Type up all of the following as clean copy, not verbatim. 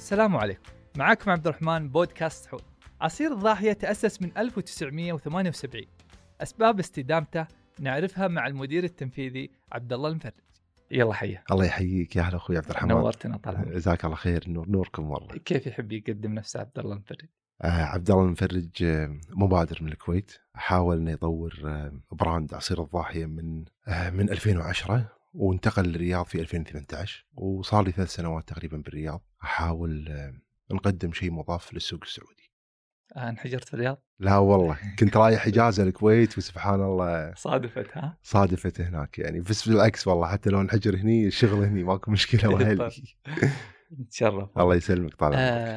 السلام عليكم، معكم عبد الرحمن بودكاست حوت. عصير الضاحية تأسس من 1978. أسباب استدامته نعرفها مع المدير التنفيذي عبد الله المفرج. يلا حيه. الله يحييك يا أهلا أخوي عبد الرحمن. نورتنا طال. جزاك الله خير. نوركم والله. كيف يحب يقدم نفسه عبد الله المفرج؟ عبد الله المفرج مبادر من الكويت، حاول أن يطور براند عصير الضاحية من 2010 وانتقل للرياض في 2018 وصار لي 3 سنوات تقريبا بالرياض. أحاول نقدم شيء مضاف للسوق السعودي. انحجرت في الرياض؟ لا والله كنت رايح إجازة الكويت وسبحان الله صادفت هناك يعني، بس بالعكس والله حتى لو انحجر هني الشغل هني ماكو مشكلة وهلي. نتشرف. الله يسلمك طال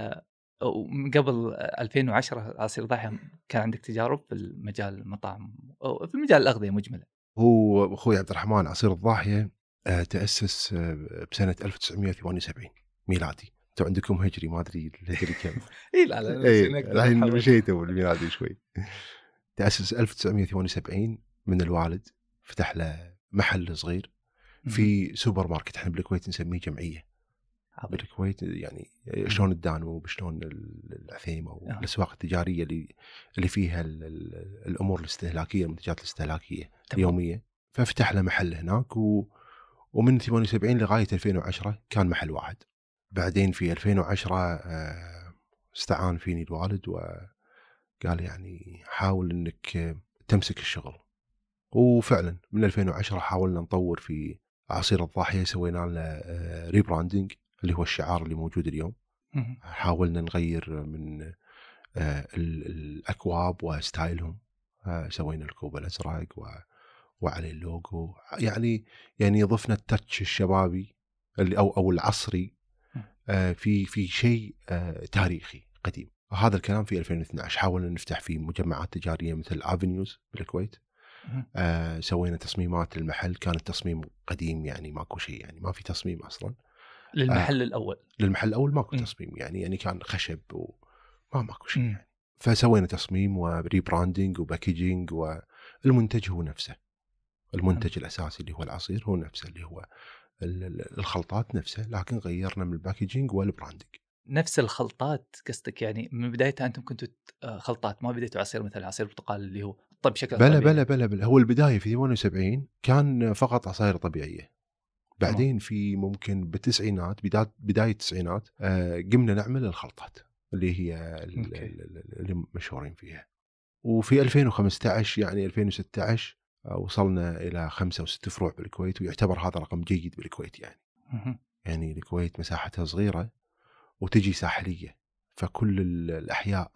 قبل 2010 عصير الضاحية كان عندك تجارب في المجال المطاعم أو في مجال الأغذية مجملا؟ هو أخوي عبد الرحمن عصير الضاحية تأسس بسنة 1978 ميلادي. انتوا عندكم هجري ما ادري الهجري كم. اي لا الحين مشيتوا بالميلادي شوي. تأسس 1978 من الوالد، فتح له محل صغير في سوبر ماركت، احنا بالكويت نسميه جمعية. بالكويت يعني شلون الدانوب، شلون العثيمة والأسواق التجارية اللي فيها الأمور الاستهلاكية، المنتجات الاستهلاكية اليومية. ففتح له محل هناك ومن 78 لغاية 2010 كان محل واحد. بعدين في 2010 استعان فيني الوالد وقال يعني حاول انك تمسك الشغل. وفعلا من 2010 حاولنا نطور في عصير الضاحية، سوينا له ريبراندينج اللي هو الشعار اللي موجود اليوم. حاولنا نغير من الأكواب وستايلهم، سوينا الكوب الأزرق وعليه اللوجو، يعني ضفنا التاتش الشبابي اللي أو العصري في شيء تاريخي قديم. هذا الكلام في 2012. حاولنا نفتح في مجمعات تجارية مثل افنيوز بالكويت. سوينا تصميمات المحل، كان التصميم قديم يعني ماكو شيء، يعني ما في تصميم أصلا للمحل الأول. للمحل الأول ماكو تصميم يعني كان خشب وما ماكو شيء يعني. فسوينا تصميم وريبراندينج وباكيجينج، والمنتج هو نفسه. المنتج الأساسي اللي هو العصير هو نفسه، اللي هو الخلطات نفسه، لكن غيرنا من الباكيجينج والبراندينج. نفس الخلطات قصدك؟ يعني من بدايتها أنتم كنتوا خلطات، ما بديتوا عصير مثلا عصير برتقال اللي هو طب بشكل طبيعي؟ بلا هو البداية في 78 كان فقط عصائر طبيعية. بعدين في ممكن بالتسعينات، بداية التسعينات قمنا نعمل الخلطات اللي هي اللي مشهورين فيها. وفي 2015 يعني 2016 وصلنا إلى 5 أو 6 فروع بالكويت، ويعتبر هذا رقم جيد بالكويت يعني. يعني الكويت مساحتها صغيرة وتجي ساحلية، فكل الأحياء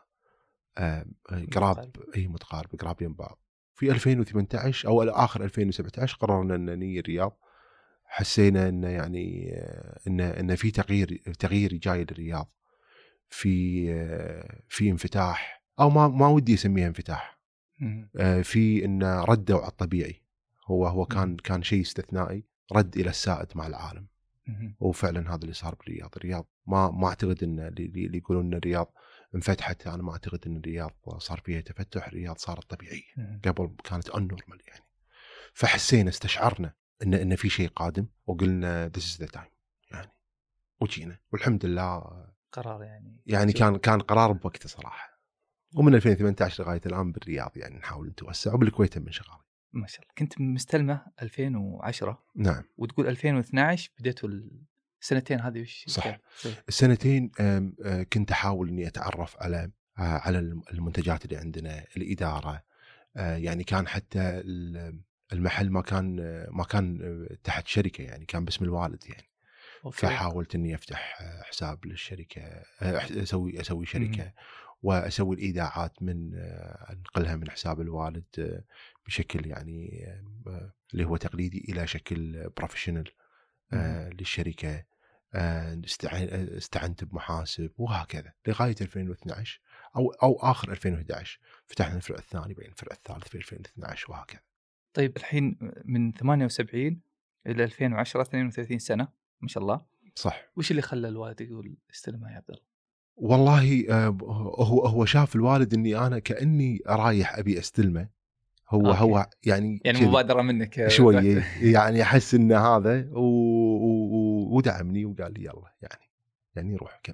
متقارب قراب من بعض. في 2018 أو آخر 2017 قررنا أن نيجي الرياض. حسينا أن يعني أن في تغيير جاي للرياض، في انفتاح، أو ما ودي أسميها انفتاح، في أن ردوا على الطبيعي. هو كان شيء استثنائي، رد إلى السائد مع العالم. وفعلا هذا اللي صار بالرياض. الرياض ما أعتقد أن اللي يقولون أن الرياض انفتحت، أنا ما أعتقد أن الرياض صار فيها تفتح. الرياض صارت طبيعية، قبل كانت unnormal يعني. فحسينا استشعرنا إن في شيء قادم، وقلنا this is the time يعني، وجينا والحمد لله. قرار يعني كان قرار بوقته صراحة. ومن 2018 لغاية الآن بالرياض يعني نحاول نتوسع، وبالكويت من شغالين ما شاء الله. كنت مستلمة 2010. نعم. وتقول 2012 بديتوا السنتين هذه وش؟ صح. السنتين كنت أحاول إني أتعرف على المنتجات اللي عندنا، الإدارة. يعني كان حتى المحل ما كان تحت شركة، يعني كان باسم الوالد يعني. فحاولت إني أفتح حساب للشركة، أسوي شركة، وأسوي الإيداعات من أنقلها من حساب الوالد بشكل يعني اللي هو تقليدي إلى شكل بروفيشنال للشركة. استعنت بمحاسب وهكذا لغاية 2012 أو آخر 2011 فتحنا الفرع الثاني، بين الفرع الثالث في 2012 وهكذا. طيب الحين من 78 إلى 2010 32 سنة ما شاء الله. صح. وش اللي خلى الوالد يقول استلمها يا عبد الله؟ والله هو شاف الوالد إني أنا كأني رايح أبي استلمه. هو يعني مبادرة منك شوي يعني أحس إن هذا ودعمني وقال لي يلا يعني روح كمل.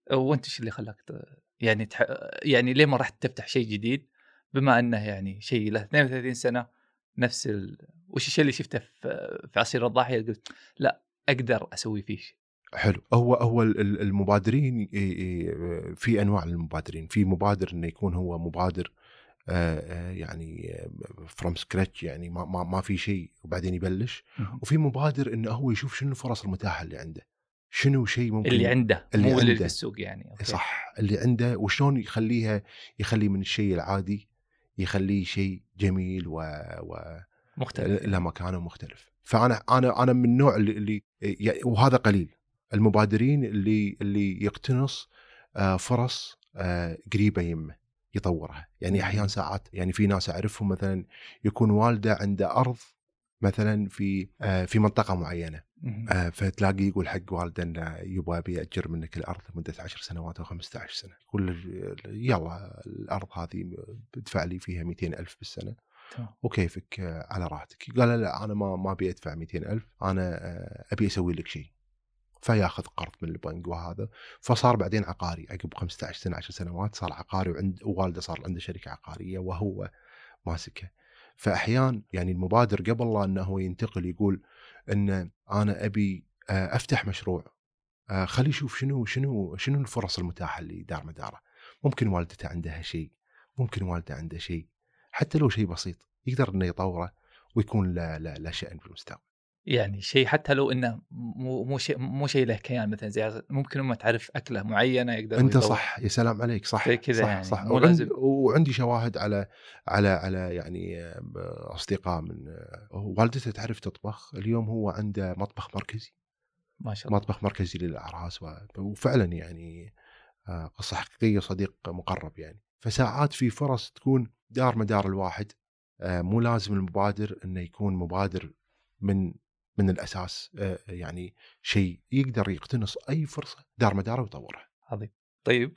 وانت ايش اللي خلاك يعني يعني ليه ما رحت تفتح شيء جديد بما انه يعني شيء له 32 سنه نفس وش الشيء اللي شفته في عصير الضاحيه قلت لا اقدر اسوي فيه شيء؟ حلو. هو المبادرين في انواع للمبادرين. في مبادر انه يكون هو مبادر يعني فروم سكراتش، يعني ما في شيء وبعدين يبلش. وفي مبادر انه هو يشوف شنو الفرص المتاحه اللي عنده، شنو شيء ممكن اللي عنده اللي مو عنده اللي في السوق يعني. أوكي. صح، اللي عنده وشلون يخلي من الشيء العادي يخليه شيء جميل مختلف يعني. مكانه مختلف. فانا من النوع اللي وهذا قليل المبادرين اللي يقتنص فرص قريبه يمه يطورها. يعني احيانا ساعات يعني في ناس اعرفهم مثلا يكون والده عنده ارض مثلا في منطقه معينه، فتلاقي يقول حق والده انه يبغى ابي اجر منك الارض لمده 10 سنوات او 15 سنه، يقول يلا الارض هذه بدفع لي فيها 200,000 بالسنه وكيفك على راحتك. قال لا انا ما ابي ادفع 200,000، انا ابي اسوي لك شيء. فياخذ قرض من البنك وهذا، فصار بعدين عقاري عقب 15 سنه 10 سنوات صار عقاري، ووالده صار عنده شركه عقاريه وهو ماسكها. فاحيانا يعني المبادر قبل لا انه هو ينتقل يقول ان انا ابي افتح مشروع، خلي يشوف شنو الفرص المتاحه اللي دار مداره. ممكن والدته عندها شيء، ممكن والده عنده شيء، حتى لو شيء بسيط يقدر انه يطوره ويكون لا شأن في المستقبل. يعني شيء حتى لو انه مو شيء له كيان مثلا زي ممكن ما تعرف اكله معينه يقدر انت يطور. صح، يا سلام عليك، صح زي كذا صح يعني صح. مو لازم. وعندي شواهد على يعني اصدقاء من والدته تعرف تطبخ. اليوم هو عنده مطبخ مركزي، ما شاء الله، مطبخ مركزي للاعراس، وفعلا يعني قصه حقيقيه، صديق مقرب يعني. فساعات في فرص تكون دار مدار الواحد، مو لازم المبادر انه يكون مبادر من الاساس، يعني شيء يقدر يقتنص اي فرصه دار مداره ويطورها. عظيم. طيب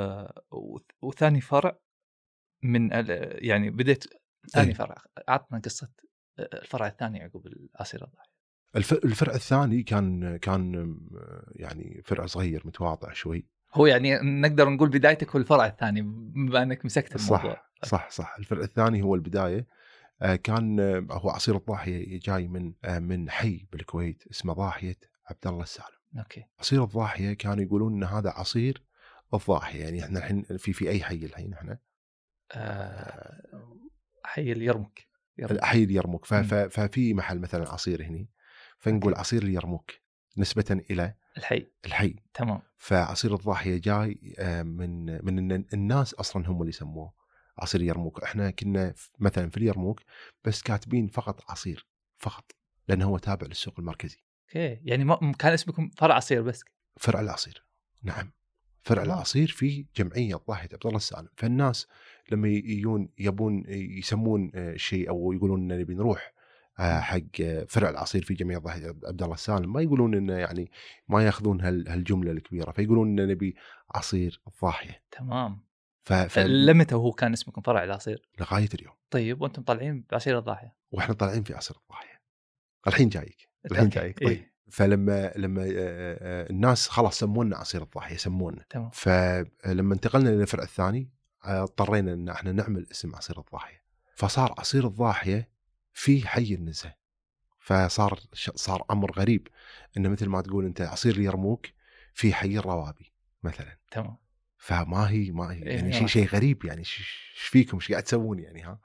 وثاني فرع من يعني بديت ثاني فرع، عطنا قصه الفرع الثاني عقب العصير الضاحيه. الفرع الثاني كان يعني فرع صغير متواضع شوي. هو يعني نقدر نقول بدايتك هو الفرع الثاني بما انك مسكت الموضوع. صح. الفرع الثاني هو البدايه. كان هو عصير الضاحيه جاي من حي بالكويت اسمه ضاحيه عبد الله السالم. اوكي. عصير الضاحيه كانوا يقولون ان هذا عصير الضاحيه. يعني احنا الحين في اي حي الحين احنا حي اليرموك. حي اليرموك. ففي محل مثلا عصير هني فنقول أوكي. عصير اليرموك نسبة إلى الحي. تمام. فعصير الضاحية جاي من الناس أصلا هم اللي سموه عصير يرموك. احنا كنا مثلا في اليرموك بس كاتبين فقط عصير فقط، لأنه هو تابع للسوق المركزي. اوكي، يعني ما كان اسمكم فرع عصير بس؟ فرع العصير، نعم، فرع العصير في جمعية ضاحية عبد الله السالم. فالناس لما يبون يسمون شيء أو يقولون إن نبي نروح حق فرع العصير في جمعية ضاحية عبد الله السالم، ما يقولون إنه يعني ما يأخذون هالجملة الكبيرة، فيقولون إن نبي عصير الضاحية. تمام. لمتى هو كان اسمكم فرع العصير؟ لغاية اليوم. طيب وأنتم طالعين بعصير الضاحية؟ وإحنا طالعين في عصير الضاحية. الحين جايك. طيب. إيه؟ فلما الناس خلاص سمونا عصير الضاحية سمونا. تمام. فلما انتقلنا للفرع الثاني اضطرينا ان احنا نعمل اسم عصير الضاحية، فصار عصير الضاحية في حي النزهة. فصار امر غريب انه مثل ما تقول انت عصير اليرموك في حي الروابي مثلا. تمام. فما هي يعني شيء غريب، يعني ايش فيكم، ايش قاعد تسوون يعني ها.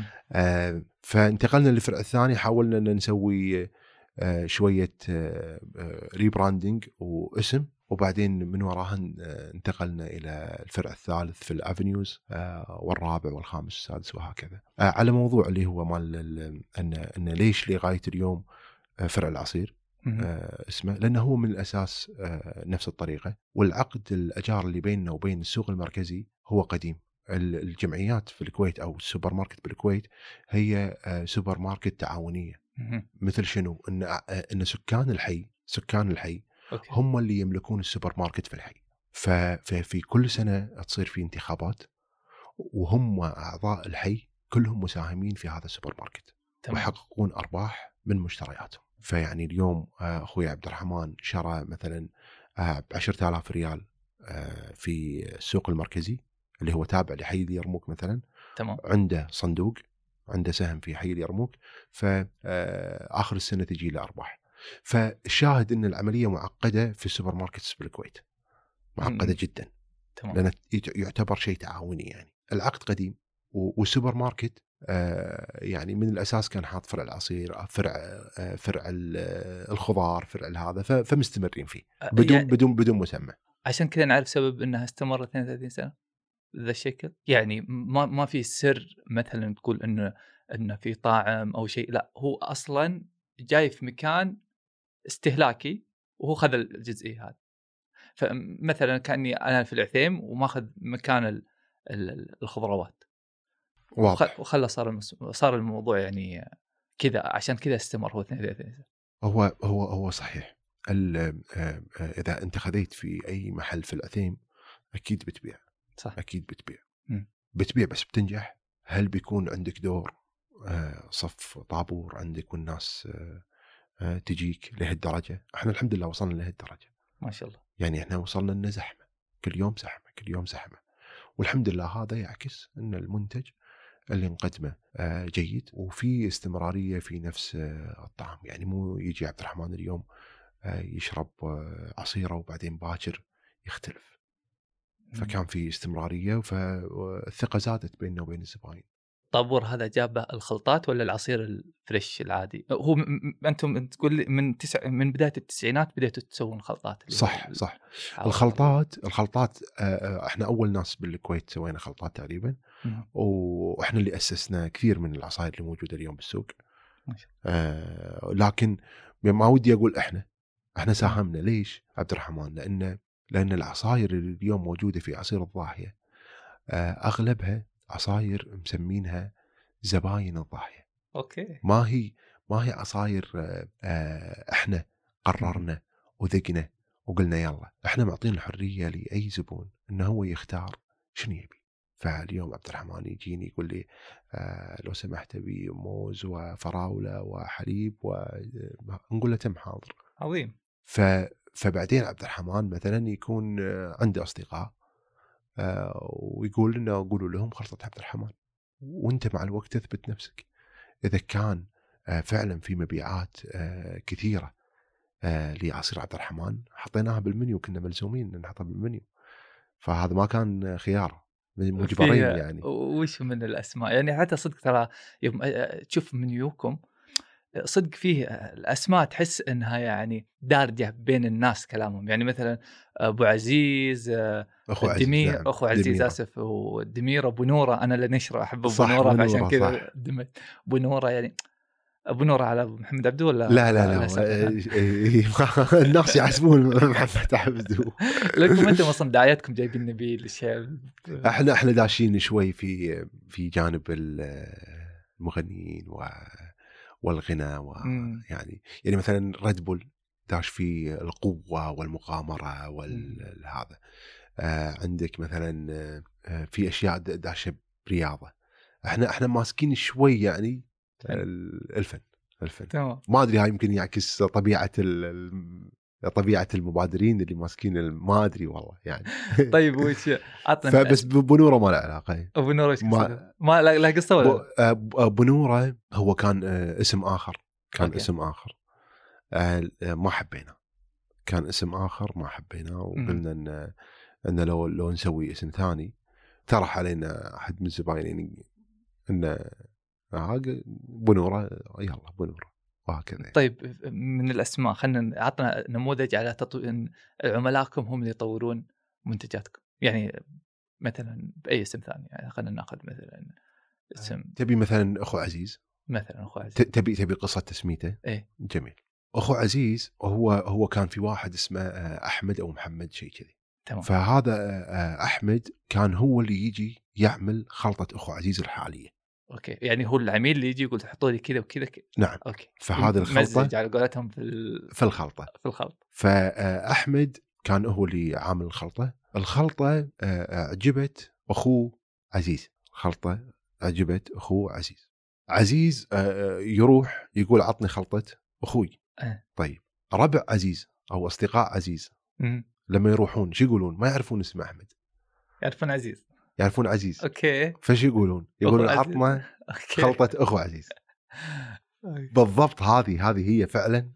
فانتقلنا للفرع الثاني، حاولنا ان نسوي شوية ريبراندينج واسم، وبعدين من وراها انتقلنا إلى الفرع الثالث في الأفنيوز والرابع والخامس والسادس وهكذا. على موضوع اللي هو مال أن ليش لغاية اليوم فرع العصير اسمه، لأنه هو من الأساس نفس الطريقة، والعقد الأجار اللي بيننا وبين السوق المركزي هو قديم. الجمعيات في الكويت أو السوبر ماركت بالكويت هي سوبر ماركت تعاونية. مثل شنو؟ ان سكان الحي أوكي. هم اللي يملكون السوبر ماركت في الحي. ففي كل سنه تصير في انتخابات، وهم اعضاء الحي كلهم مساهمين في هذا السوبر ماركت. تمام. ويحققون ارباح من مشترياتهم. فيعني اليوم اخوي عبد الرحمن شرى مثلا ب10,000 ريال في السوق المركزي اللي هو تابع لحي اليرموك مثلا، تمام. عنده صندوق، عنده سهم في حي اليرموك، فآخر السنة تجي له أرباح. فالشاهد أن العملية معقدة في السوبر ماركتس بالكويت، معقدة جدا. تمام. لأنه يعتبر شيء تعاوني يعني. العقد قديم، والسوبر ماركت يعني من الأساس كان حاط فرع العصير، فرع الخضار، فرع هذا، فمستمرين فيه بدون مسمى. عشان كذا نعرف سبب أنها استمرت 32 سنة ذا الشكل. يعني ما في سر مثلا تقول إنه في طاعم أو شيء، لا هو أصلا جاي في مكان استهلاكي وهو خذ الجزئية هذه. فمثلا كأني أنا في العثيم وماخذ مكان الخضروات، واضح. وخلى صار الموضوع يعني كذا. عشان كذا استمر هو 32 سنة. هو صحيح. إذا أنت خذيت في أي محل في العثيم أكيد بتبيع. صح. أكيد بتبيع بس بتنجح. هل بيكون عندك دور صف طابور عندك والناس تجيك لهالدرجة؟ احنا الحمد لله وصلنا لهالدرجة ما شاء الله. يعني احنا وصلنا لنا زحمة، كل يوم زحمة، والحمد لله هذا يعكس ان المنتج اللي نقدمه جيد وفي استمرارية في نفس الطعم. يعني مو يجي عبد الرحمن اليوم يشرب عصيرة وبعدين باكر يختلف. فكان في استمرارية، فالثقة زادت بيننا وبين الزبائن. طابور هذا جاب الخلطات ولا العصير الفريش العادي؟ هو أنتم تقول لي من بداية التسعينات بديتوا تسوون خلطات؟ صح. الخلطات احنا أول ناس بالكويت سوينا خلطات تقريبا. وإحنا اللي أسسنا كثير من العصائر اللي موجودة اليوم بالسوق. لكن ما ودي أقول إحنا ساهمنا. ليش عبد الرحمن؟ لأن العصائر اللي اليوم موجودة في عصير الضاحية أغلبها عصائر مسمينها زباين الضاحية. أوكي. ما هي عصائر إحنا قررنا وذقنا وقلنا يلا. إحنا معطين الحرية لأي زبون إنه هو يختار شنو يبي. فاليوم عبد الرحمن يجيني يقول لي لو سمحت بي موز وفراولة وحليب، ونقول له تم حاضر. عظيم. فبعدين عبد الرحمن مثلا يكون عنده أصدقاء ويقول لنا قولوا لهم خلطة عبد الرحمن، وانت مع الوقت تثبت نفسك. إذا كان فعلا في مبيعات كثيرة لعصير عبد الرحمن حطيناها بالمنيو، كنا ملزومين نحطها بالمنيو، فهذا ما كان خيار، مجبرين يعني. وش من الأسماء يعني حتى صدق ترى يوم تشوف منيوكم صدق فيه الأسماء تحس إنها يعني دارجة بين الناس كلامهم. يعني مثلا أبو عزيز، الدمير، نعم. أخو عزيز آسف، والدمير، أبو نورة. أنا لنشرة أحب أبو نورة عشان كذا دمت أبو نورة. يعني أبو نورة على محمد عبدو ولا لا الناس يحسبون محمد عبدو. لكم أنتم أصلا دعاياتكم جايبين نبيل الشيء. احنا داشين شوي في جانب المغنيين والغنى يعني مثلا ريد بول داش في القوة والمغامرة والهذا. عندك مثلا في أشياء داشة برياضة. احنا ماسكين شوي يعني الفن. ما أدري هاي يمكن يعكس طبيعة المبادرين اللي ماسكين ما أدري والله يعني. طيب وش فبس بنورة ما له علاقة. أبو نورة ما لا قصة ولا بنورة هو كان اسم آخر. اسم آخر ما حبينا. كان اسم آخر ما حبيناه، وقلنا إن لو نسوي اسم ثاني. طرح علينا أحد من الزبائن يعني إن بنورة، يلا بنورة وهكذا. طيب من الأسماء خلنا عطنا نموذج على إن عملائكم هم اللي يطورون منتجاتكم. يعني مثلا بأي اسم ثاني. يعني خلنا نأخذ مثلا اسم. تبي مثلا أخو عزيز مثلا أخو عزيز. تبي قصة تسميته؟ إيه جميل. أخو عزيز هو كان في واحد اسمه أحمد أو محمد شيء كذي. تمام. فهذا أحمد كان هو اللي يجي يعمل خلطة أخو عزيز الحالية. أوكي. يعني هو العميل اللي يجي يقول حطوا لي كذا وكذا. نعم. أوكي. فهذا الخلطة على قولتهم في الخلطة. فأحمد كان هو اللي عامل الخلطة عجبت أخوه عزيز. الخلطة عجبت أخوه عزيز يروح يقول عطني خلطة أخوي. طيب ربع عزيز أو أصدقاء عزيز لما يروحون شو يقولون؟ ما يعرفون اسم أحمد، يعرفون عزيز. يعرفون عزيز. اوكي. فش يقولون؟ يقولون أخو عطنا اوكي. خلطة أخو عزيز. بالضبط، هذه هي فعلا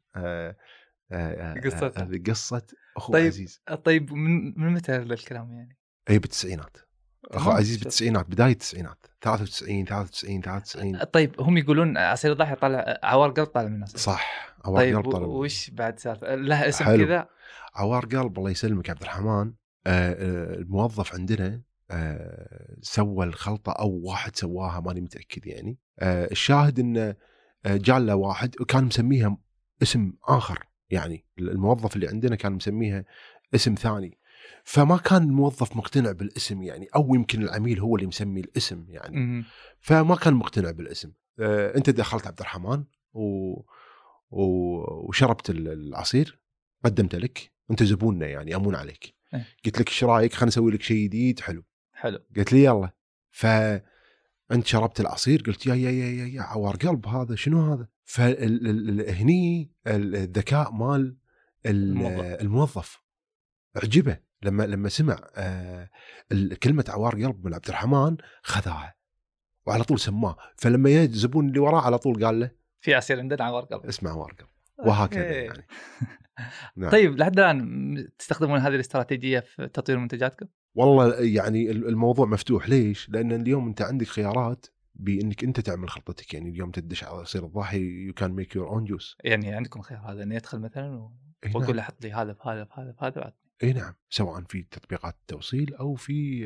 قصته. قصة أخو طيب. عزيز. طيب من متى الكلام يعني؟ أي بالتسعينات، أخو عزيز بالتسعينات، بداية التسعينات، 93. طيب هم يقولون عصير الضاحية طلع عوار قلب طالع منه. صح، عوار طيب قلب طلع. وش بعد سالفة لها اسم حلو. كذا؟ عوار قلب الله يسلمك عبد الرحمن. الموظف عندنا سوى الخلطة أو واحد سواها ماني متأكد يعني. الشاهد إنه جال له واحد وكان مسميها اسم آخر، يعني الموظف اللي عندنا كان مسميها اسم ثاني، فما كان الموظف مقتنع بالاسم يعني، أو يمكن العميل هو اللي مسمي الاسم يعني. فما كان مقتنع بالاسم. أنت دخلت عبد الرحمن وشربت العصير، قدمت لك، أنت زبوننا يعني، أمون عليك. قلت لك ايش رايك خلينا نسوي لك شيء جديد حلو. قلت لي يلا. فانت شربت العصير، قلت يا عوار قلب هذا شنو هذا؟ فهني الذكاء مال الموظف عجبه لما سمع كلمه عوار قلب من عبد الرحمن، خذاها وعلى طول سماه. فلما يجي الزبون اللي وراه على طول قال له في عصير عندنا عوار قلب، اسمه عوار قلب، وهكذا يعني. نعم. طيب لحد الآن تستخدمون هذه الاستراتيجية في تطوير منتجاتكم؟ والله يعني الموضوع مفتوح. ليش؟ لأن اليوم أنت عندك خيارات بأنك أنت تعمل خلطتك. يعني اليوم تدش على عصير الضاحي you can make your own juice. يعني عندكم خيار هذا إني أدخل مثلا وأقول له حط لي هذا بهذا بهذا. إيه نعم، سواء في تطبيقات التوصيل أو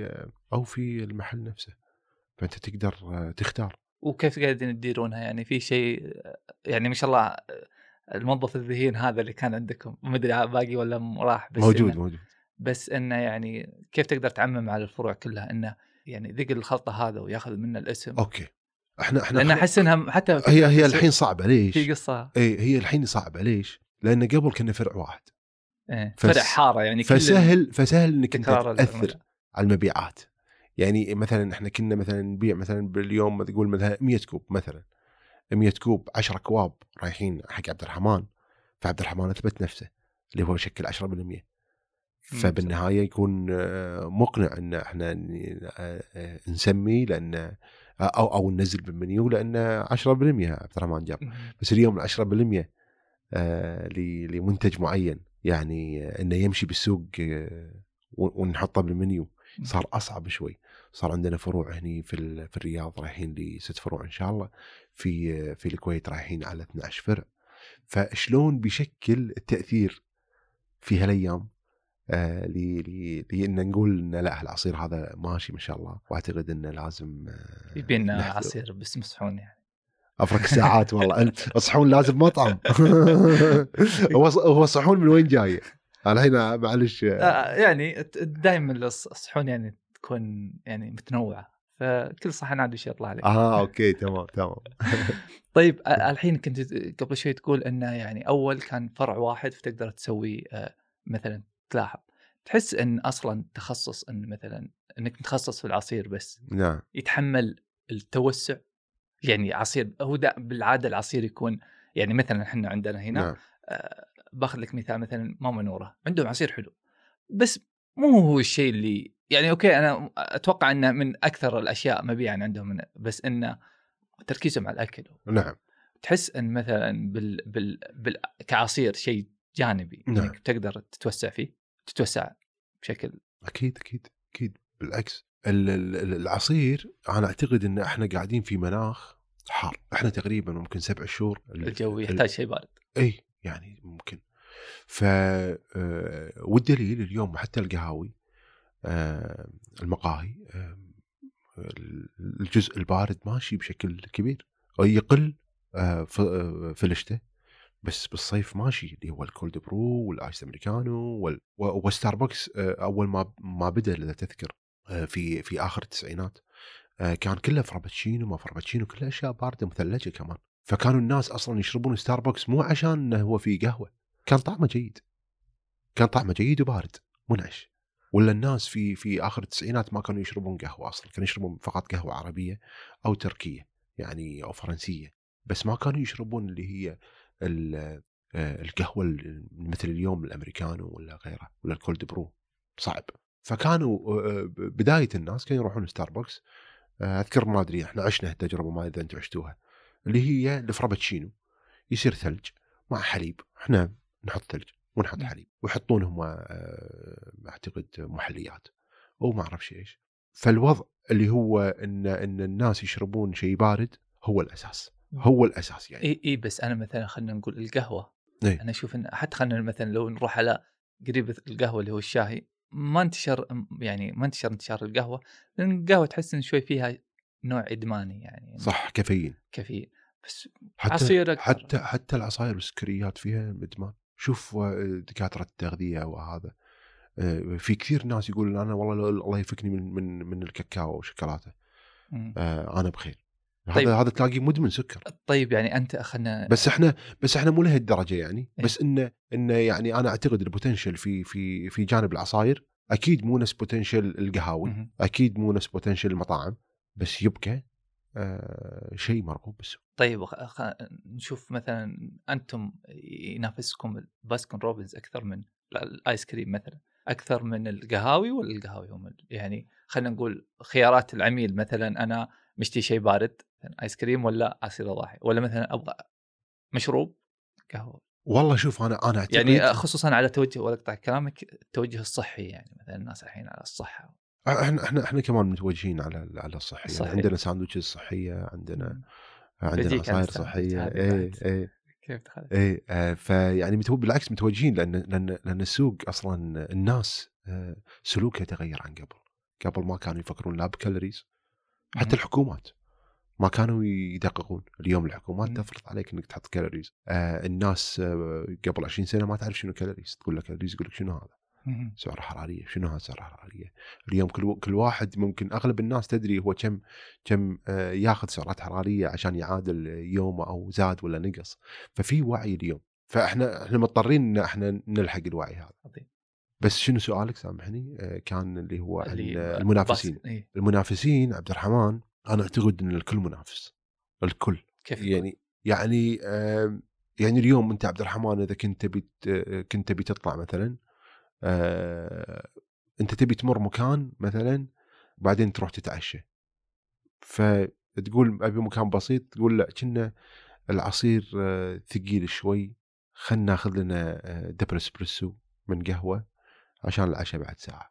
في المحل نفسه، فأنت تقدر تختار. وكيف قاعدين تديرونها؟ يعني في شيء يعني ما شاء الله الموظف الذهين هذا اللي كان عندكم ما ادري باقي ولا راح، بس موجود. بس انه يعني كيف تقدر تعمم على الفروع كلها انه يعني ذق الخلطه هذا وياخذ منه الاسم. اوكي. احنا لان احس انها حتى هي الحين صعبه. ليش في قصه؟ هي الحين صعبه. ليش؟ لان قبل كنا فرع واحد، فرع حاره يعني فسهل انك انت تاثر على المبيعات. يعني مثلا احنا كنا مثلا نبيع مثلا باليوم تقول مثلا 100 كوب، مثلا 100 كوب 10 كواب رايحين حق عبد الرحمن، فعبد الرحمن اثبت نفسه اللي هو يشكل 10%. فبالنهايه يكون مقنع ان احنا نسمي لان او ننزل بالمنيو لان 10% عبد الرحمن جاب. بس اليوم 10% لمنتج معين يعني انه يمشي بالسوق ونحطه بالمنيو صار اصعب شوي. صار عندنا فروع هني في الرياض رايحين ل6 فروع ان شاء الله، في الكويت رايحين على 12 فرع. فشلون بيشكل التاثير في هالايام لأن نقول إن لا العصير هذا ماشي ما شاء الله. واعتقد إنه لازم يبينا عصير باسم صحون يعني أفرق الساعات. والله الصحون لازم مطعم. هو صحون من وين جاي؟ أنا هنا معلش يعني دائما الصحون يعني تكون يعني متنوعة، فكل صحن عنده شيء يطلع عليه. أوكي تمام. طيب الحين كنت قبل شوي تقول إنه يعني أول كان فرع واحد فتقدر تسوي مثلا تلاحظ تحس ان اصلا تخصص ان مثلا انك متخصص في العصير بس نعم يتحمل التوسع. يعني عصير هو بالعاده العصير يكون يعني مثلا احنا عندنا هنا نعم. باخذ لك مثال مثلا ماما نوره عندهم عصير حلو بس مو هو الشيء اللي يعني اوكي انا اتوقع انه من اكثر الاشياء مبيعا عندهم بس انه تركيزهم على الاكل. نعم. تحس ان مثلا كعصير شيء جانبي نعم. انك تقدر تتوسع بشكل اكيد بالعكس. العصير انا اعتقد ان احنا قاعدين في مناخ حار. احنا تقريبا ممكن 7 شهور الجو يحتاج شيء بارد. اي يعني ممكن. والدليل اليوم حتى القهاوي المقاهي الجزء البارد ماشي بشكل كبير يقل في الشتاء، بس بالصيف ماشي اللي هو الكولد برو والايس امريكانو وستاربكس. اول ما بدا اذا تذكر في اخر التسعينات كان كله فرابتشينو ما فرابتشينو كلها اشياء بارده مثلجه كمان. فكانوا الناس اصلا يشربون ستاربكس مو عشان انه هو فيه قهوه، كان طعمه جيد وبارد منعش. ولا الناس في اخر التسعينات ما كانوا يشربون قهوه اصلا، كانوا يشربون فقط قهوه عربيه او تركيه يعني او فرنسيه، بس ما كانوا يشربون اللي هي القهوة مثل اليوم الأمريكانو ولا غيره ولا الكولد برو صعب. فكانوا بداية الناس كانوا يروحون ستاربكس. أذكر ما أدري إحنا عشنا التجربة، ما إذا أنتم عشتوها، اللي هي الفرابتشينو يصير ثلج مع حليب، إحنا نحط ثلج ونحط حليب ويحطونهم أعتقد محليات أو ما أعرف إيش. فالوضع اللي هو إن الناس يشربون شيء بارد هو الأساس، هو الأساس يعني. إيه بس أنا مثلا خلنا نقول القهوة، إيه؟ أنا أشوف إن حتى خلنا مثلا لو نروح على قريب القهوة اللي هو الشاهي، ما انتشر يعني ما انتشار القهوة، لأن القهوة تحس إن شوي فيها نوع إدماني يعني. صح، كافيين. بس حتى عصير أكثر. حتى العصائر والسكريات فيها إدمان. شوف دكاترة التغذية وهذا، في كثير ناس يقولون أنا والله الله يفكني من الكاكاو والشوكولاتة، أنا بخير. طيب. هذا تلاقيه مدمن سكر. طيب يعني أنت أخذنا بس احنا مو لهالدرجة يعني. إيه؟ بس إنه يعني أنا أعتقد البوتنشل في جانب العصائر أكيد مو نفس بوتنشل القهاوي، أكيد مو نفس بوتنشل المطاعم، بس يبقى شيء مرغوب بالسوق. طيب نشوف مثلا أنتم ينافسكم باسكن روبنز أكثر من الآيس كريم مثلا، أكثر من القهاوي، ولا القهاوي هم يعني خلينا نقول خيارات العميل؟ مثلا أنا مشتي شيء بارد آيس كريم ولا عصير ضاحي، ولا مثلا أبغى مشروب قهوة؟ والله شوف أنا أعتقد يعني خصوصا على توجه، ولا أقطع كلامك، التوجه الصحي، يعني مثلا الناس الحين على الصحة. احنا كمان متوجهين على الصحي. يعني عندنا ساندويتشز صحيه، عندنا عصائر صحيه. ايه كيف دخلت؟ ايه فيعني بالعكس متوجهين، لان السوق اصلا الناس سلوكها تغير عن قبل ما كانوا يفكرون لا بكالوريز. حتى الحكومات ما كانوا يدققون. اليوم الحكومات تفرض عليك انك تحط كالوريز. الناس قبل 20 سنه ما تعرف شنو كالوريز، تقول لك كالوريز يقول لك شنو هذا، سعر حراريه، شنو هذا سعر حراريه. اليوم كل واحد ممكن اغلب الناس تدري هو كم ياخذ سعرات حراريه عشان يعادل يومه او زاد ولا نقص. ففي وعي اليوم، فاحنا مضطرين ان احنا نلحق الوعي هذا. بس شنو سؤالك سامحني؟ كان اللي هو عن المنافسين. المنافسين عبد الرحمن، انا اعتقد ان الكل منافس، الكل. كيف يعني اليوم انت عبد الرحمن اذا كنت بتطلع مثلا، انت تبي تمر مكان مثلا بعدين تروح تتعشى، فتقول ابي مكان بسيط، تقول لا كنا العصير ثقيل شوي، خلنا ناخذ لنا دبل اسبريسو من قهوه عشان العشاء بعد ساعه.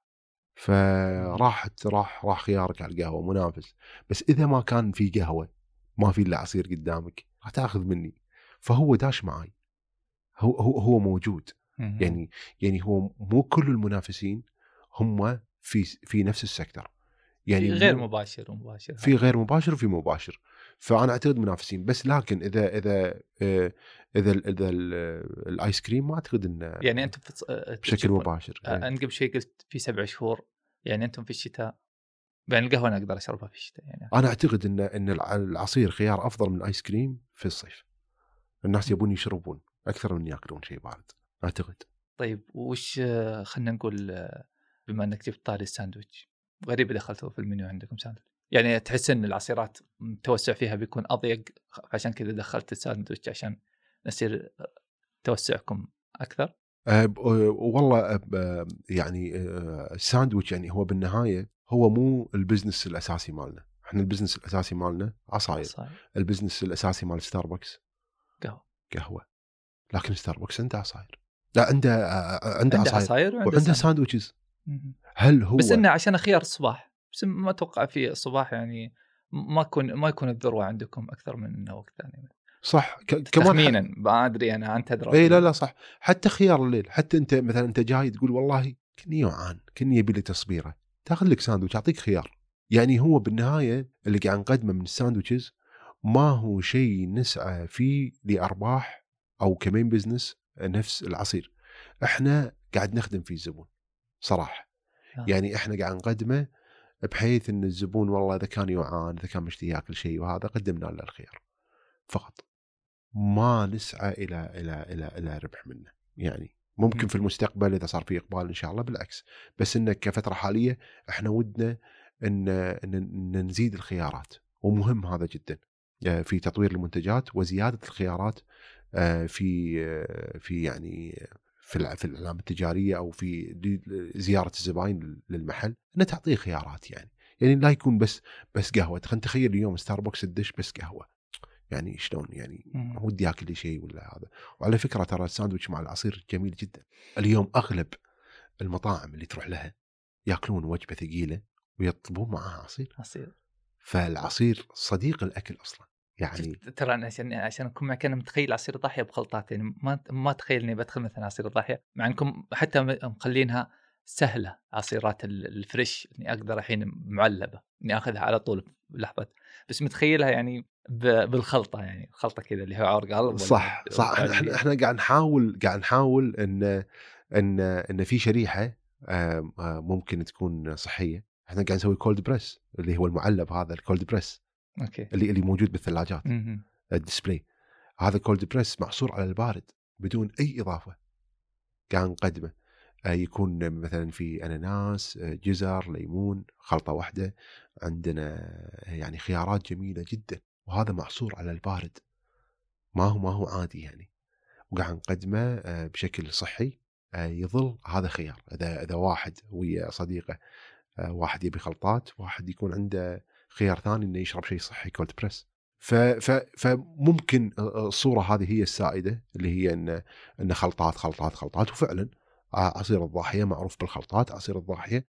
راح خيارك على القهوه منافس. بس اذا ما كان في قهوه، ما في الا عصير قدامك، راح تاخذ مني. فهو داش معي، هو موجود. يعني هو مو كل المنافسين هم في نفس السيكتور، يعني في غير مباشر ومباشر، في غير مباشر وفي مباشر. فانا اعتقد منافسين. بس لكن اذا الايس كريم ما اعتقد انه يعني انتم بشكل مباشر. انت قبل شيء قلت في 7 شهور، يعني انتم في الشتاء، يعني القهوه انا اقدر اشربها في الشتاء. يعني انا اعتقد ان العصير خيار افضل من الايس كريم في الصيف. الناس يبون يشربون اكثر من ياكلون شيء بارد اعتقد. طيب وش خلينا نقول، بما انك جبت طاري الساندويتش، غريب دخلته في المنيو عندكم ساندويتش، يعني تحس ان العصيرات التوسع فيها بيكون اضيق، عشان كذا دخلت الساندويتش عشان نصير توسعكم اكثر؟ والله يعني الساندويتش يعني هو بالنهايه هو مو البزنس الاساسي مالنا. احنا البزنس الاساسي مالنا عصاير. البزنس الاساسي مال ستاربكس قهوه. لكن ستاربكس عنده عصاير، لا عنده عصاير وعنده ساندويتشز. هل هو بس انه عشان خيار الصباح، بس ما اتوقع في الصباح يعني ما يكون الذروه عندكم اكثر من وقت ثاني. صح كمان تخمينا ما ادري انا، انت ادري. اي لا صح. حتى خيار الليل، حتى انت مثلا انت جاي تقول والله كني جوعان، كني يبي لي تصبيره، تاخذ لك ساندويتش، اعطيك خيار. يعني هو بالنهايه اللي قاعد نقدمه من الساندويتشز ما هو شيء نسعى فيه لارباح او كمين بزنس نفس العصير. احنا قاعد نخدم فيه الزبون صراحه. يعني احنا قاعد نقدمه بحيث ان الزبون والله اذا كان جوعان، اذا كان مشتهي ياكل شيء وهذا، قدمنا له الخيار فقط. ما نسعى الى ربح منه. يعني ممكن في المستقبل اذا صار في اقبال ان شاء الله بالعكس، بس انه كفتره حاليه احنا ودنا ان نزيد الخيارات، ومهم هذا جدا في تطوير المنتجات وزياده الخيارات في يعني في الاعلام التجاريه او في زياره الزباين للمحل، ان تعطيه خيارات يعني لا يكون بس قهوه. خلينا نتخيل اليوم ستاربكس الدش بس قهوه، يعني شلون يعني ودي اكل لي شيء ولا هذا. وعلى فكره ترى الساندويتش مع العصير جميل جدا. اليوم اغلب المطاعم اللي تروح لها ياكلون وجبه ثقيله ويطلبون معها عصير. فالعصير صديق الاكل اصلا يعني. ترى أنا عشان اكون معك انا متخيل عصير الضاحيه بخلطات، يعني ما تخيل اني بدخل مثلا عصير الضاحيه، مع انكم حتى مخلينها سهله عصيرات الفريش اني اقدر الحين معلبه اني اخذها على طول بلحظه، بس متخيلها يعني بالخلطه، يعني خلطه كذا اللي هو عرق قلب. صح احنا قاعد نحاول ان في شريحه ممكن تكون صحيه. احنا قاعد نسوي كولد بريس اللي هو المعلب، هذا الكولد بريس اوكي اللي موجود بالثلاجات الديسبلاي. هذا كولد بريس معصور على البارد بدون اي اضافه، قاعد نقدمه. يكون مثلا في اناناس، جزر، ليمون، خلطه واحده. عندنا يعني خيارات جميله جدا، وهذا معصور على البارد، ما هو عادي يعني. وقاعد نقدمه بشكل صحي. يظل هذا خيار اذا واحد ويا صديقه، واحد يبي خلطات، واحد يكون عنده خيار ثاني انه يشرب شيء صحي كولد بريس. فممكن الصوره هذه هي السائده، اللي هي ان خلطات. وفعلا عصير الضاحيه معروف بالخلطات. عصير الضاحيه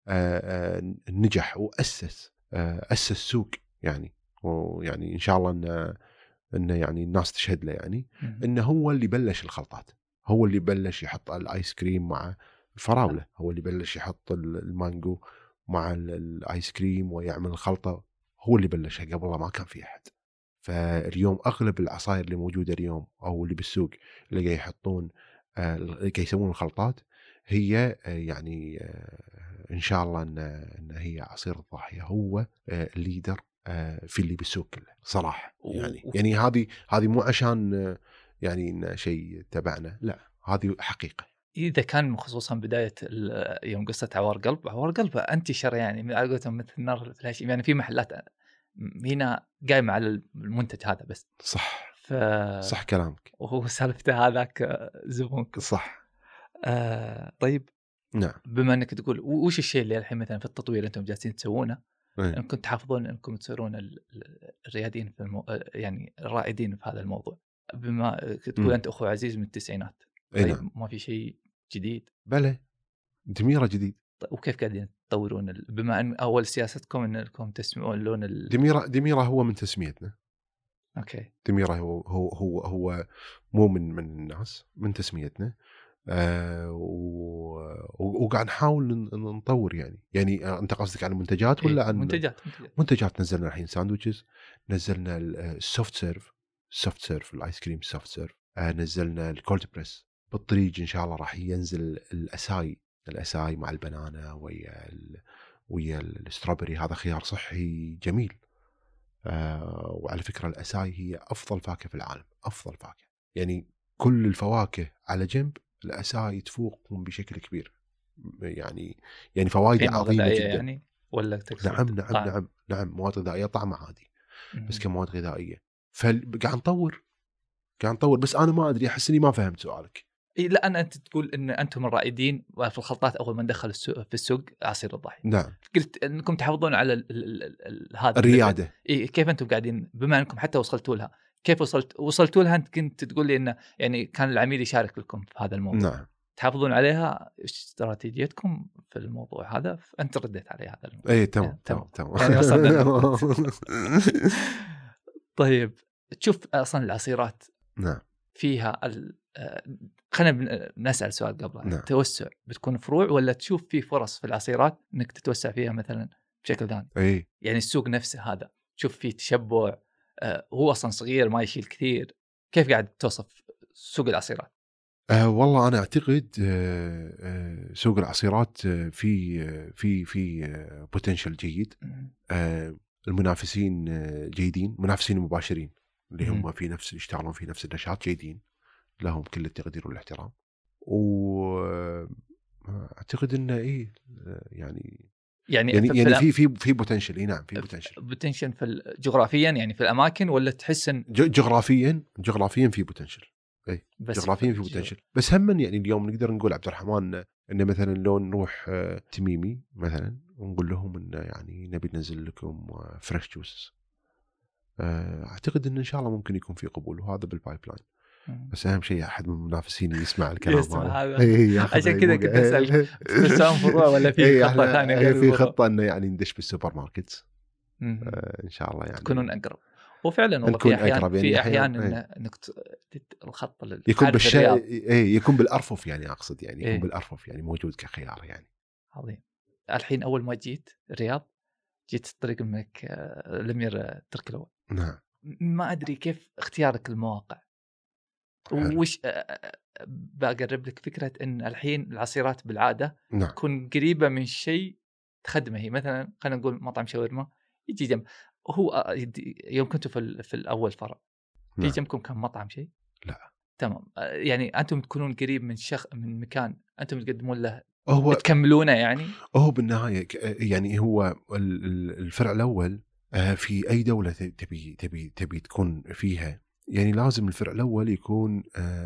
نجح واسس سوق يعني. ويعني ان شاء الله انه يعني الناس تشهد له، يعني انه هو اللي بلش الخلطات، هو اللي بلش يحط الايس كريم مع الفراوله، هو اللي بلش يحط المانجو مع الايس كريم ويعمل الخلطه، هو اللي بلشها، قبل ما كان في احد. فاليوم اغلب العصائر اللي موجوده اليوم او اللي بالسوق اللي قاعد يحطون اللي قاعد يسوون الخلطات، هي يعني ان شاء الله ان هي عصير الضاحيه هو الليدر في اللي بالسوق كله صراحه. يعني هذه مو عشان يعني شيء تبعنا، لا هذه حقيقه. اذا كان خصوصا بدايه يوم قصه عوار قلب انتشر يعني من قولتهم مثل النار في الهشيم، يعني في محلات هنا قايمه على المنتج هذا بس. صح كلامك. وهو سالفته هذاك زبونك صح. طيب نعم. بما انك تقول وش الشيء اللي الحين مثلا في التطوير انتم جالسين تسوونه انكم تحافظون انكم تصيرون الريادين في يعني الرائدين في هذا الموضوع، بما تقول انت اخو عزيز من التسعينات. طيب نعم. ما في شيء جديد؟ بلى دميرة جديد. طيب وكيف قاعدين تطورون بما ان اول سياستكم انكم تسمعون لون دميرة هو من تسميتنا. اوكي. دميرة هو مو من الناس، من تسميتنا. وقاعد نحاول نطور يعني انت قصدك عن المنتجات ولا عن منتجات؟ نزلنا الحين ساندويتشز، نزلنا السوفت سيرف الآيس كريم سوفت سيرف، نزلنا الكولد بريس. بالطريق ان شاء الله راح ينزل الاساي مع البنانا ويا الاستروبري. هذا خيار صحي جميل. وعلى فكرة الاساي هي افضل فاكهة في العالم، افضل فاكهة يعني. كل الفواكه على جنب، الاساي تفوقهم بشكل كبير يعني فوائد عظيمة جدا يعني. ولا نعم مواد غذائية طعمها عادي بس كمواد غذائية. فقاعد نطور بس انا ما ادري، احس اني ما فهمت سؤالك. لا انت تقول ان انتم الرائدين في الخلطات اول ما ندخل في السوق عصير الضاحيه. نعم. قلت انكم تحافظون على هذا الرياده. كيف انتم قاعدين بما انكم حتى وصلتوا لها؟ كيف وصلتوا لها؟ انت كنت تقول لي انه يعني كان العميل يشارك لكم في هذا الموضوع. نعم. تحافظون عليها. ايش استراتيجيتكم في الموضوع هذا؟ انت رديت علي هذا الموضوع. اي تمام. يعني وصلنا. طيب تشوف اصلا العصيرات نعم فيها خلينا نسأل سؤال قبل. نعم. توسع بتكون فروع ولا تشوف في فرص في العصيرات انك تتوسع فيها مثلا بشكل ثاني؟ يعني السوق نفسه هذا تشوف فيه تشبع، هو اصلا صغير ما يشيل كثير. كيف قاعد توصف سوق العصيرات؟ والله انا اعتقد سوق العصيرات في بوتنشل جيد. المنافسين جيدين، منافسين مباشرين اللي هم في نفس يشتغلون في نفس النشاط جيدين، لهم كل التقدير والاحترام. واعتقد انه يعني في بوتنشل. نعم في بوتنشل في جغرافيا يعني في الاماكن، ولا تحس ان جغرافيا في بوتنشل اي بس جغرافيا في بوتنشل. بس هم يعني اليوم نقدر نقول عبد الرحمن ان مثلا لو نروح تميمي مثلا ونقول لهم ان يعني نبي ننزل لكم فريش جوس، اعتقد ان شاء الله ممكن يكون في قبول، وهذا بالبايب لاين. بس اهم شيء احد من المنافسين يسمع الكلام هذا عشان كذا كنت اسالك تستخدمون فروع ولا في خطه ثانيه غير في خطه انه يعني ندش بالسوبر ماركت ان شاء الله، يعني تكونون اقرب. وفعلا والله نكون في احيان أقرب، يعني في احيان أحيان انك الخط يكون بالرياض يكون بالارفف، يعني اقصد يعني يكون إيه. بالارفف يعني موجود كخيار يعني. عظيم. الحين اول ما جيت الرياض جيت طريق الملك الامير تركي الاول. نعم. ما ادري كيف اختيارك للمواقع. حلو. وش بقرب لك فكره ان الحين العصيرات بالعاده نعم. تكون قريبه من شيء تخدمه. هي مثلا خلينا نقول مطعم شاورما يجي جنب، هو يوم كنتوا في الاول فرع في نعم. جنبكم كان مطعم شيء؟ لا. تمام. يعني انتم تكونون قريب من من مكان انتم تقدمون له هو تكملونه يعني. هو بالنهايه يعني هو الفرع الاول في اي دوله تبي تكون فيها، يعني لازم الفرع الاول يكون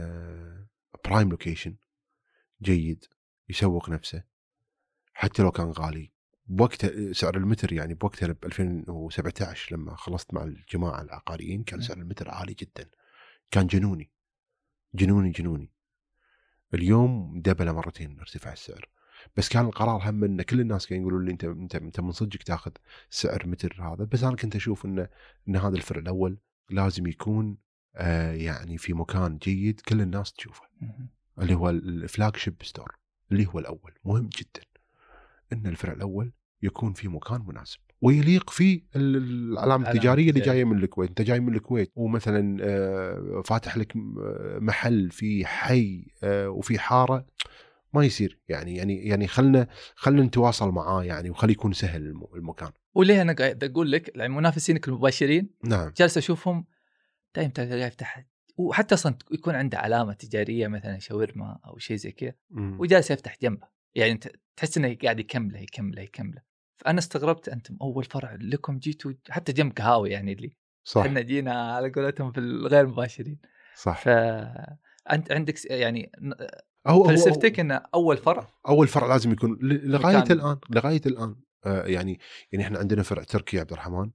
برايم لوكيشن جيد يسوق نفسه، حتى لو كان غالي بوقت سعر المتر. يعني بوقتها ب 2017 لما خلصت مع الجماعه العقاريين كان سعر المتر عالي جدا، كان جنوني جنوني جنوني. اليوم دبل مرتين ارتفاع السعر، بس كان القرار هم ان كل الناس كانوا يقولوا لي انت من صدقك تاخذ سعر متر هذا، بس انا كنت اشوف ان هذا الفرع الاول لازم يكون يعني في مكان جيد كل الناس تشوفه، اللي هو الفلاج شيب ستور اللي هو الاول. مهم جدا ان الفرع الاول يكون في مكان مناسب ويليق فيه العلامه التجاريه اللي جايه من الكويت. انت جاي من الكويت ومثلا فاتح لك محل في حي وفي حاره، ما يصير. يعني خلنا نتواصل معاه يعني، وخلي يكون سهل المكان. وليه انا قاعد اقول لك يعني منافسينك المباشرين نعم جالس اشوفهم دائما تلقاه يفتح، وحتى اصلا يكون عنده علامه تجاريه مثلا شاورما او شيء زي كذا وجالس يفتح جنبه، يعني انت تحس انه قاعد يكمله. فانا استغربت انتم اول فرع لكم جيتوا حتى جنب قهاوي، يعني اللي صح. احنا جينا على قولتهم في الغير مباشرين. صح. فانت عندك يعني فلسفتك ان اول فرع لازم يكون لغايه الان يعني احنا عندنا فرع تركي عبد الرحمن،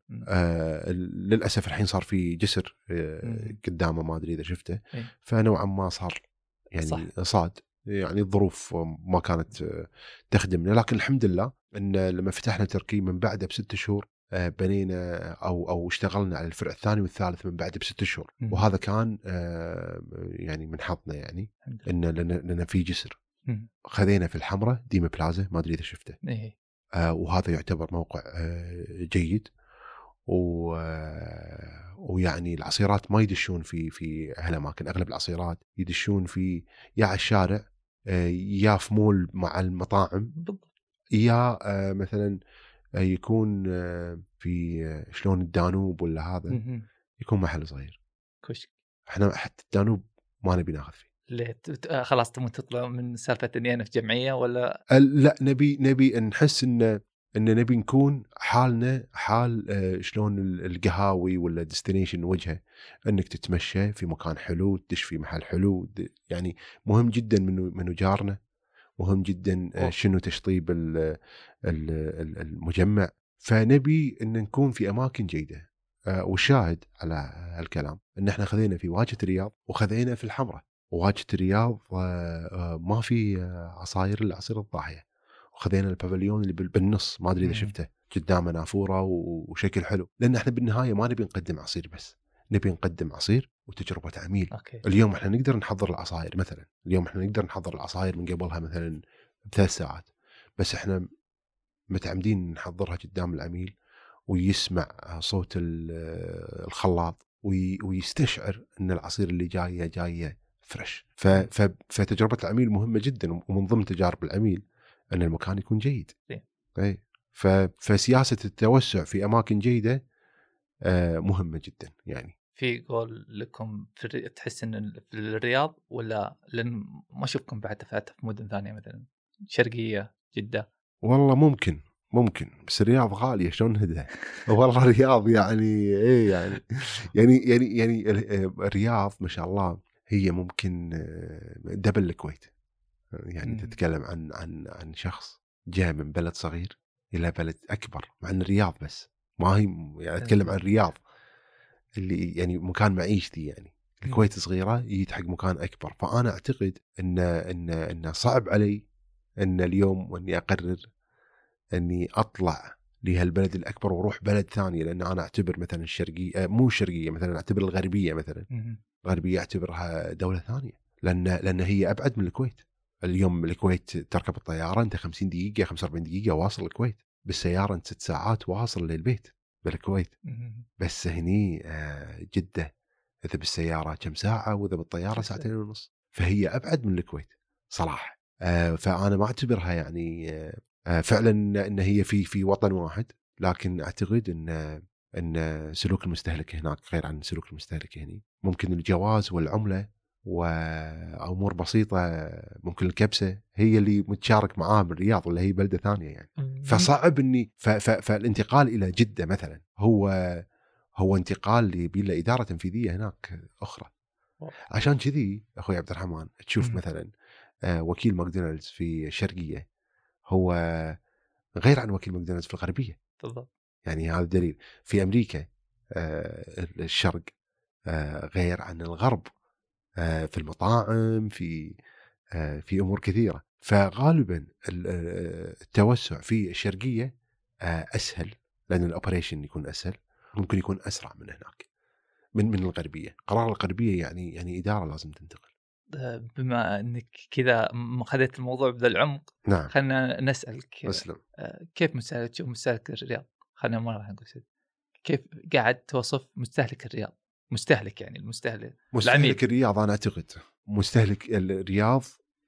للاسف الحين صار في جسر قدامه، ما ادري اذا شفته، فنوعا ما صار يعني صح. صاد يعني الظروف ما كانت تخدمنا، لكن الحمد لله ان لما فتحنا تركي من بعده ب6 شهور بنينا او اشتغلنا على الفرع الثاني والثالث من بعده ب6 شهور. وهذا كان يعني من حظنا، يعني ان لنا في جسر. خذينا في الحمراء ديما بلازا، ما ادري اذا شفته. وهذا يعتبر موقع جيد، ويعني العصيرات ما يدشون في هالاماكن، اغلب العصيرات يدشون في يا على الشارع يا في مول مع المطاعم، يا مثلا يكون في شلون الدانوب ولا هذا يكون محل صغير كشك. احنا حتى الدانوب ما نبي ناخذ فيه. ليه خلاص تبون تطلع من سالفه اني انا في جمعيه ولا لا؟ نبي نحس ان نبي نكون حالنا حال شلون القهاوي ولا ديستنيشن وجهه، انك تتمشى في مكان حلو، تدش في محل حلو. يعني مهم جدا منو جارنا، مهم جدا شنو تشطيب المجمع. فنبي ان نكون في اماكن جيده. والشاهد على هالكلام ان احنا خذينا في واجهه الرياض وخذينا في الحمراء. وواجهه الرياض ما في عصاير الا عصير الضاحيه، وخذينا البافليون اللي بالنص، ما ادري اذا شفته، قدامه نافوره وشكل حلو. لان احنا بالنهايه ما نبي نقدم عصير بس، نبي نقدم عصير وتجربه عميل. اليوم احنا نقدر نحضر العصاير، مثلا اليوم احنا نقدر نحضر العصاير من قبلها مثلا ب3 ساعات، بس احنا متعمدين نحضرها قدام العميل ويسمع صوت الخلاط ويستشعر ان العصير اللي جايه فريش. فتجربه العميل مهمه جدا، ومن ضمن تجارب العميل ان المكان يكون جيد. اي فسياسه التوسع في اماكن جيده مهمه جدا. يعني في قول لكم تحس ان في الرياض، ولا لان ما اشوفكم بعد فاتح في مدن ثانيه مثلا شرقيه جده؟ والله ممكن بس الرياض غاليه، شلون نهدها؟ والله الرياض يعني ايه يعني الرياض ما شاء الله هي ممكن دبل الكويت. يعني تتكلم عن شخص جاء من بلد صغير الى بلد اكبر، مع ان الرياض بس، ما هي يعني اتكلم عن الرياض اللي يعني مكان معيشتي. يعني الكويت صغيره يجي حق مكان اكبر. فانا اعتقد ان صعب علي ان اليوم واني اقرر اني اطلع لهالبلد الاكبر واروح بلد ثاني، لان انا اعتبر مثلا الشرقيه، مو الشرقيه، مثلا اعتبر الغربيه مثلا. الغربيه اعتبرها دوله ثانيه، لان هي ابعد من الكويت. اليوم الكويت تركب الطياره انت 50 دقيقه 45 دقيقه واصل الكويت، بالسياره انت 6 ساعات واصل للبيت بالكويت. بس هني جده اذا بالسياره كم ساعه، واذا بالطياره ساعتين ونص. فهي ابعد من الكويت صراحه. فانا ما اعتبرها يعني فعلا ان هي في وطن واحد. لكن اعتقد ان سلوك المستهلك هناك غير عن سلوك المستهلك هنا. ممكن الجواز والعمله وامور بسيطه، ممكن الكبسه هي اللي متشارك معاه بالرياض، ولا هي بلده ثانيه يعني. فصعب اني فالانتقال الى جده مثلا هو انتقال اللي يبي له اداره تنفيذيه هناك اخرى. عشان كذي اخوي عبد الرحمن تشوف مثلا وكيل ماكدونالدز في الشرقيه هو غير عن وكيل ماكدونالدز في الغربيه. بالضبط. يعني هذا دليل. في امريكا الشرق غير عن الغرب في المطاعم، في امور كثيره. فغالبا التوسع في الشرقيه اسهل، لان الاوبريشن يكون اسهل، ممكن يكون اسرع من هناك من الغربيه. قرار الغربيه يعني اداره لازم تنتقل. بما انك كذا خذيت الموضوع بذا العمق، نعم. خلينا نسالك أسلم. كيف مستهلك الرياض؟ خلينا ما راح نقول كيف قاعد توصف مستهلك الرياض؟ مستهلك يعني المستهلك الرياض. انا اعتقد مستهلك الرياض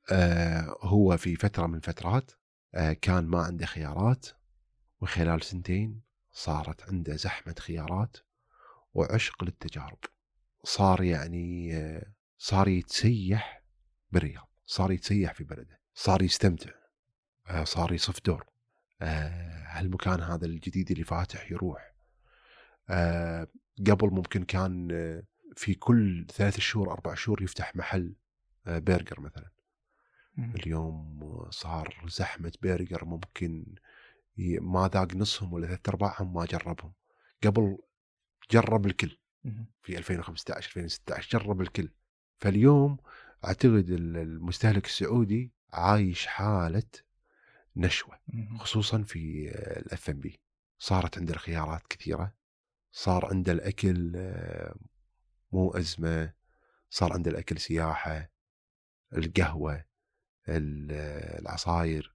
هو في فتره من فترات كان ما عنده خيارات، وخلال 2 صارت عنده زحمه خيارات وعشق للتجارب. صار يعني صار يتسيح بالرياض، صار يتسيح في بلده، صار يستمتع، صار يصف دور هالمكان هذا الجديد اللي فاتح يروح. قبل ممكن كان في كل 3 شهور 4 شهور يفتح محل برجر مثلا. اليوم صار زحمة برجر ممكن ما ذاق نصهم ولا 3/4 ما جربهم. قبل جرب الكل في 2015 2016 جرب الكل. فاليوم اعتقد المستهلك السعودي عايش حالة نشوة، خصوصا في الاف ام بي. صارت عنده الخيارات كثيرة، صار عنده الاكل مو ازمة، صار عنده الاكل سياحة، القهوة، العصاير،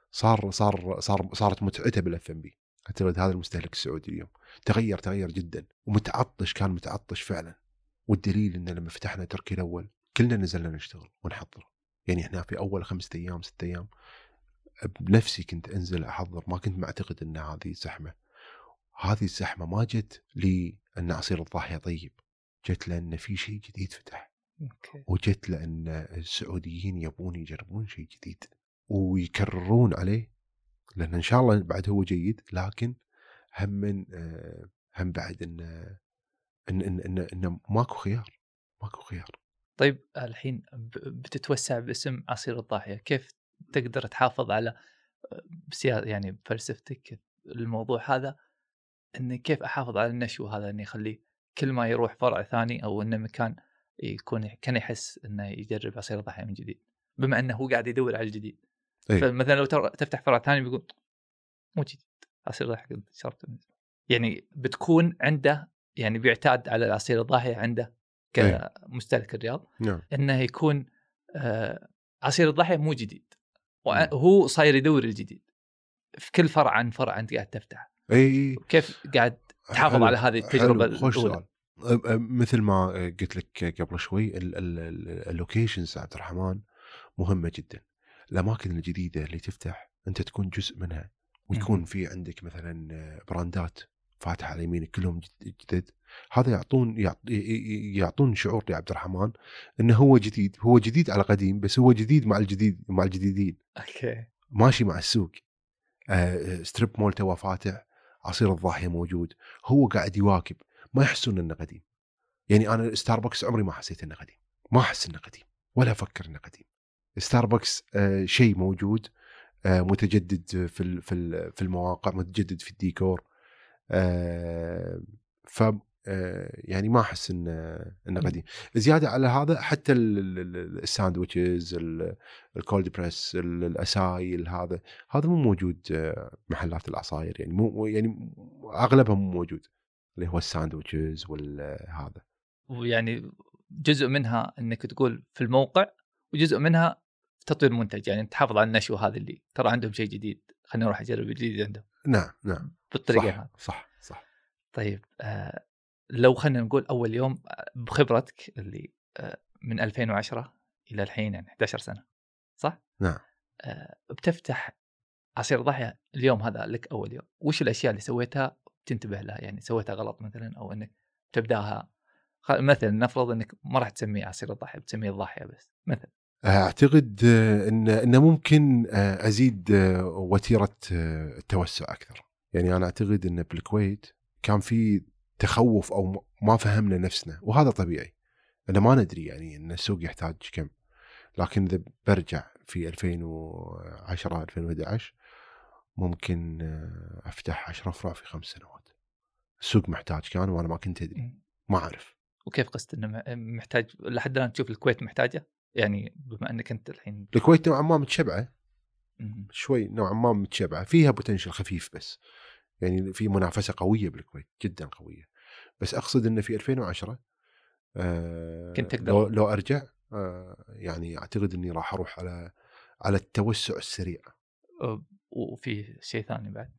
صارت متعته بالاف ام بي. اعتقد هذا المستهلك السعودي اليوم تغير جدا، ومتعطش، كان متعطش فعلا. والدليل ان لما فتحنا تركي الاول كلنا نزلنا نشتغل ونحضر. يعني احنا في اول 5 أيام 6 أيام بنفسي كنت انزل احضر. ما كنت معتقد ان هذه الزحمه ما جت لي ان اصير الضاحيه طيب، جت لان في شيء جديد فتح. وجت لان السعوديين يبون يجربون شيء جديد ويكررون عليه، لان ان شاء الله بعد هو جيد. لكن هم بعد ان ماكو خيار. طيب الحين بتتوسع باسم عصير الضاحيه، كيف تقدر تحافظ على يعني فلسفتك الموضوع هذا، اني كيف احافظ على النشو هذا، اني اخليه كل ما يروح فرع ثاني او انه مكان يكون كان يحس انه يجرب عصير الضاحيه من جديد، بما انه هو قاعد يدور على الجديد. فمثلا لو تفتح فرع ثاني بيقول مو جديد عصير الضاحيه كنت شربته، يعني بتكون عنده يعني بيعتاد على العصير الضاحيه عنده كمستهلك الرياض انه يكون عصير الضاحيه مو جديد، وهو صاير يدور الجديد في كل فرع عن فرع انت قاعد تفتح. كيف قاعد تحافظ على هذه التجربه الاولى؟ مثل ما قلت لك قبل شوي، اللوكيشنز عبد الرحمن مهمه جدا. الاماكن الجديده اللي تفتح انت تكون جزء منها، ويكون في عندك مثلا براندات فاتحه على يمينك كلهم جدد. هذا يعطون شعور يا عبد الرحمن انه هو جديد على قديم، بس هو جديد مع الجديدين. اوكي، ماشي مع السوق. ستريب مول تو فاتح، عصير الضاحيه موجود، هو قاعد يواكب، ما يحسون انه قديم. يعني انا ستاربكس عمري ما حسيت انه قديم ما أحس إنه قديم ولا أفكر إنه قديم. ستاربكس شيء موجود، متجدد في المواقع، متجدد في الديكور، ف يعني ما أحس إنه قديم. زيادة على هذا حتى الساندويتشز، الكولد بريس، الأسايل، هذا مو موجود محلات العصاير، يعني مو يعني أغلبها مو موجود، اللي هو الساندويتشز والهذا. ويعني جزء منها انك تقول في الموقع، وجزء منها تطوير منتج، يعني تحافظ على النشوة هذه اللي ترى عندهم شيء جديد، خلينا نروح نجرب الجديد عندهم. نعم بالطريقة هذه. صح. طيب لو خلينا نقول أول يوم بخبرتك اللي من 2010 إلى الحين، يعني 11 سنة صح؟ نعم. بتفتح عصير ضاحية اليوم هذا لك أول يوم، وش الأشياء اللي سويتها تنتبه لها؟ يعني سويتها غلط مثلا، أو أنك تبدأها مثلا نفرض أنك ما راح تسميه عصير الضاحية، بتسميه الضاحية بس مثلا. أعتقد إن ممكن أزيد وتيرة التوسع أكثر. يعني أنا أعتقد إن بالكويت كان في تخوف أو ما فهمنا نفسنا، وهذا طبيعي، أنا ما ندري يعني إن السوق يحتاج كم. لكن إذا برجع في 2010 2011 ممكن أفتح 10 فروع في 5 سنوات. السوق محتاج كان وأنا ما كنت أدري، ما أعرف. وكيف قست إنه محتاج لحد الآن تشوف الكويت محتاجة؟ يعني بما أنك أنت الحين الكويت نوعا ما متشبعة شوي، نوعا ما متشبعة، فيها بوتنشل خفيف، بس يعني في منافسة قوية بالكويت جدا قوية. بس أقصد إن في 2010 كنت تقدر لو أرجع يعني أعتقد إني راح أروح على التوسع السريع. وفي شيء ثاني بعد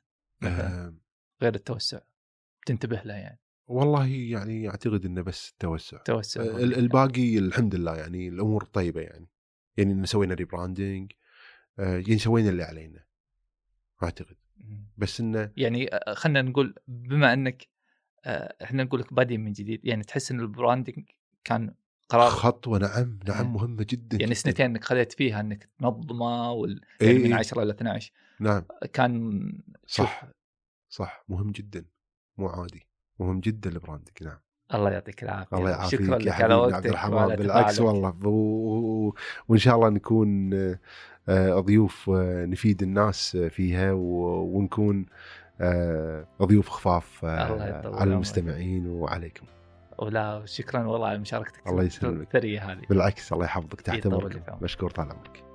غير التوسع تنتبه له يعني؟ والله يعني أعتقد إنه بس التوسع. يعني. الباقي الحمد لله يعني الأمور طيبة، يعني سوينا ريبراندينج، يعني سوينا اللي علينا أعتقد. بس إنه يعني خلنا نقول بما أنك إحنا نقول لك بادئ من جديد، يعني تحس إن البراندينج كان قرار خطوة نعم مهمة جدا، يعني جداً. سنتين إنك خليت فيها إنك تنظمه يعني من 10 إلى 12 نعم كان صح مهم جدا، مو عادي، مهم جدا البراندينج. نعم. الله يعطيك العافية. الله يعافيك شكرا يا حبيبي عبد الرحمن. بالعكس والله، وإن شاء الله نكون ضيوف نفيد الناس فيها، ونكون ضيوف خفاف على المستمعين وعليكم. ولا شكرا والله على مشاركتك. الله يسلمك. الثرية هذه. بالعكس الله يحفظك، تحت أمرك، مشكور طال عمرك.